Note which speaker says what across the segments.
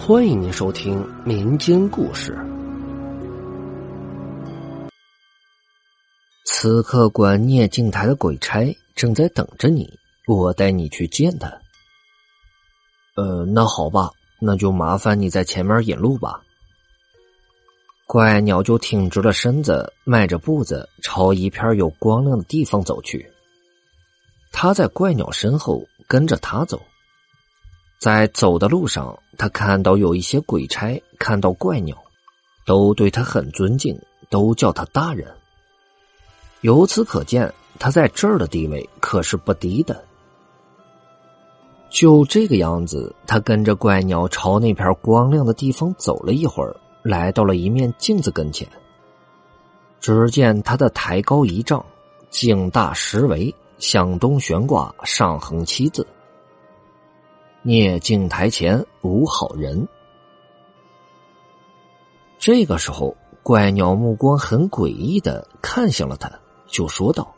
Speaker 1: 欢迎您收听民间故事。此刻管聂镜台的鬼差正在等着你，我带你去见他。那好吧，那就麻烦你在前面引路吧。怪鸟就挺直了身子，迈着步子朝一片有光亮的地方走去。他在怪鸟身后跟着他走。在走的路上，他看到有一些鬼差看到怪鸟，都对他很尊敬，都叫他大人。由此可见，他在这儿的地位可是不低的。就这个样子，他跟着怪鸟朝那片光亮的地方走了一会儿，来到了一面镜子跟前。只见他的台高1丈，镜大10围，向东悬挂，上横7字。聂镜台前无好人。这个时候，怪鸟目光很诡异地看向了他，就说道：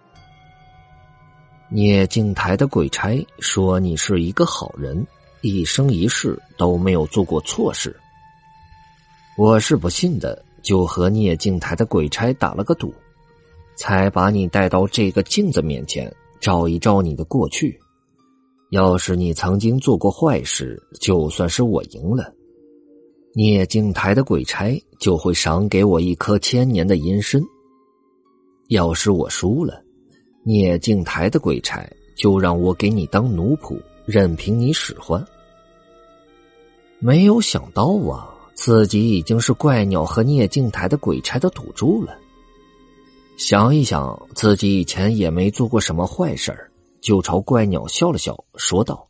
Speaker 1: 聂镜台的鬼差说你是一个好人，一生一世都没有做过错事。我是不信的，就和聂镜台的鬼差打了个赌，才把你带到这个镜子面前，照一照你的过去。要是你曾经做过坏事，就算是我赢了，聂镜台的鬼差就会赏给我1颗1000年的阴身。要是我输了，聂镜台的鬼差就让我给你当奴仆，任凭你使唤。没有想到啊，自己已经是怪鸟和聂镜台的鬼差的赌注了。想一想，自己以前也没做过什么坏事儿，就朝怪鸟笑了笑，说道：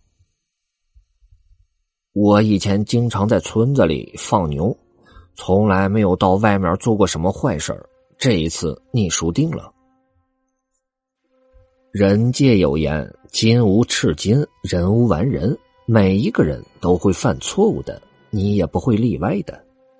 Speaker 1: 我以前经常在村子里放牛，从来没有到外面做过什么坏事儿，这一次你输定了。人界有言，金无赤金，人无完人，每一个人都会犯错误的，你也不会例外的。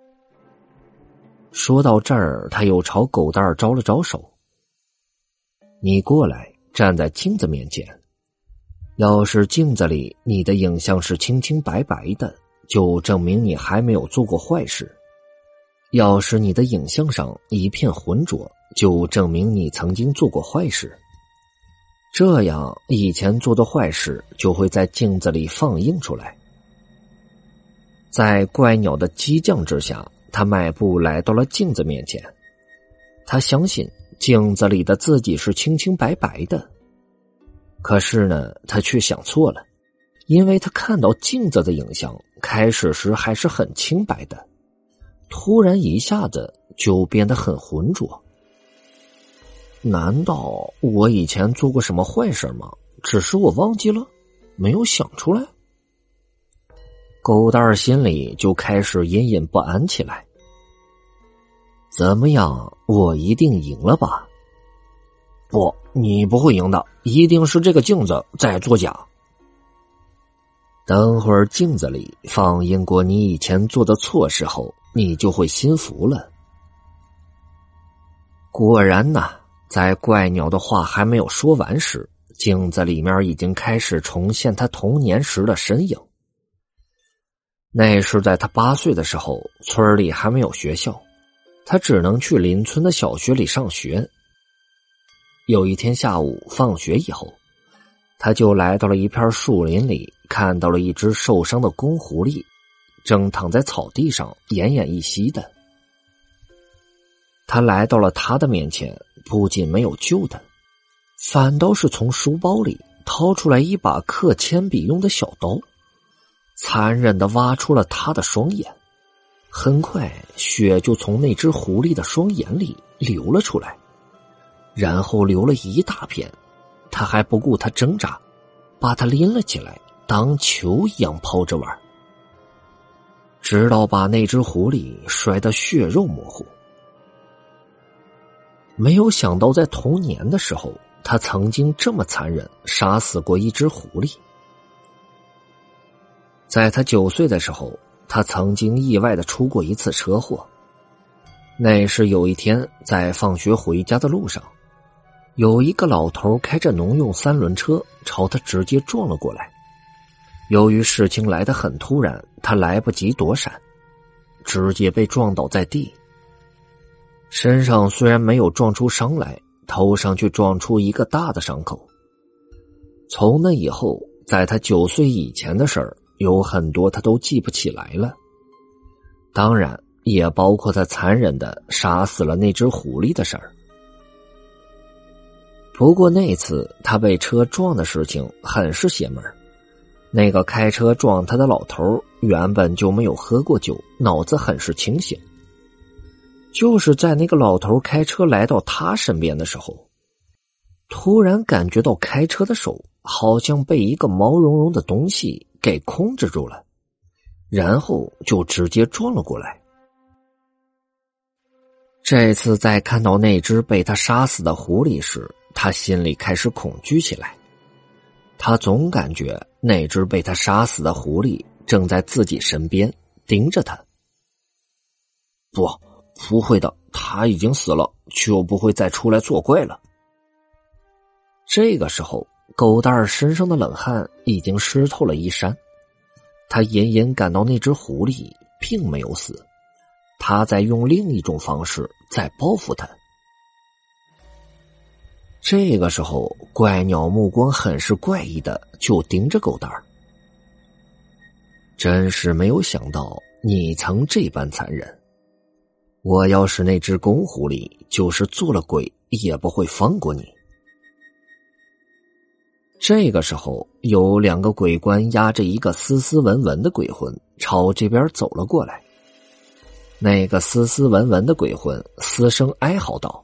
Speaker 1: 说到这儿，他又朝狗蛋儿招了招手：你过来，站在镜子面前，要是镜子里你的影像是清清白白的，就证明你还没有做过坏事；要是你的影像上一片浑浊，就证明你曾经做过坏事。这样以前做的坏事就会在镜子里放映出来。在怪鸟的激将之下，他迈步来到了镜子面前。他相信镜子里的自己是清清白白的，可是呢，他却想错了，因为他看到镜子的影像开始时还是很清白的，突然一下子就变得很浑浊。难道我以前做过什么坏事吗？只是我忘记了，没有想出来。狗蛋儿心里就开始隐隐不安起来。怎么样，我一定赢了吧？不，你不会赢的，一定是这个镜子在作假。等会儿镜子里放映过你以前做的错事后，你就会心服了。果然呐，在怪鸟的话还没有说完时，镜子里面已经开始重现他童年时的身影。那是在他8岁的时候，村里还没有学校，他只能去邻村的小学里上学。有一天下午放学以后，他就来到了一片树林里，看到了一只受伤的公狐狸，正躺在草地上奄奄一息的。他来到了他的面前，不仅没有救他，反倒是从书包里掏出来一把刻铅笔用的小刀，残忍地挖出了他的双眼。很快血就从那只狐狸的双眼里流了出来，然后流了一大片。他还不顾他挣扎，把他拎了起来，当球一样抛着玩，直到把那只狐狸摔得血肉模糊。没有想到在童年的时候，他曾经这么残忍，杀死过一只狐狸。在他9岁的时候，他曾经意外地出过一次车祸。那是有一天在放学回家的路上，有一个老头开着农用3轮车朝他直接撞了过来。由于事情来得很突然， 他来不及躲闪，直接被撞倒在地。身上虽然没有撞出伤来，头上却撞出一个大的伤口。从那以后，在他9岁以前的事儿，有很多他都记不起来了。当然，也包括他残忍地杀死了那只狐狸的事儿。不过那次他被车撞的事情很是邪门。那个开车撞他的老头原本就没有喝过酒，脑子很是清醒。就是在那个老头开车来到他身边的时候，突然感觉到开车的手好像被一个毛茸茸的东西给控制住了，然后就直接撞了过来。这次在看到那只被他杀死的狐狸时，他心里开始恐惧起来。他总感觉那只被他杀死的狐狸正在自己身边盯着他。不会的，他已经死了，就不会再出来作怪了。这个时候，狗蛋儿身上的冷汗已经湿透了衣衫。他隐隐感到那只狐狸并没有死，他在用另一种方式在报复他。这个时候，怪鸟目光很是怪异的就盯着狗蛋儿。真是没有想到你曾这般残忍。我要是那只公狐狸，就是做了鬼也不会放过你。这个时候，有2个鬼官押着一个斯斯文文的鬼魂朝这边走了过来。那个斯斯文文的鬼魂嘶声哀嚎道：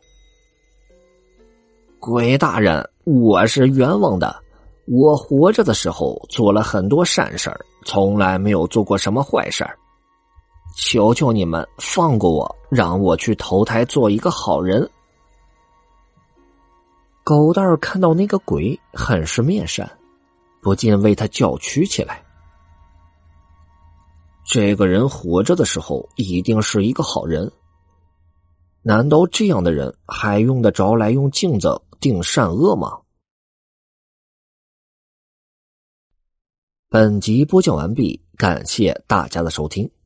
Speaker 1: 鬼大人，我是冤枉的，我活着的时候做了很多善事儿，从来没有做过什么坏事儿。求求你们放过我，让我去投胎做一个好人。狗蛋儿看到那个鬼很是面善，不禁为他叫屈起来。这个人活着的时候一定是一个好人，难道这样的人还用得着来用镜子定善恶吗？本集播讲完毕，感谢大家的收听。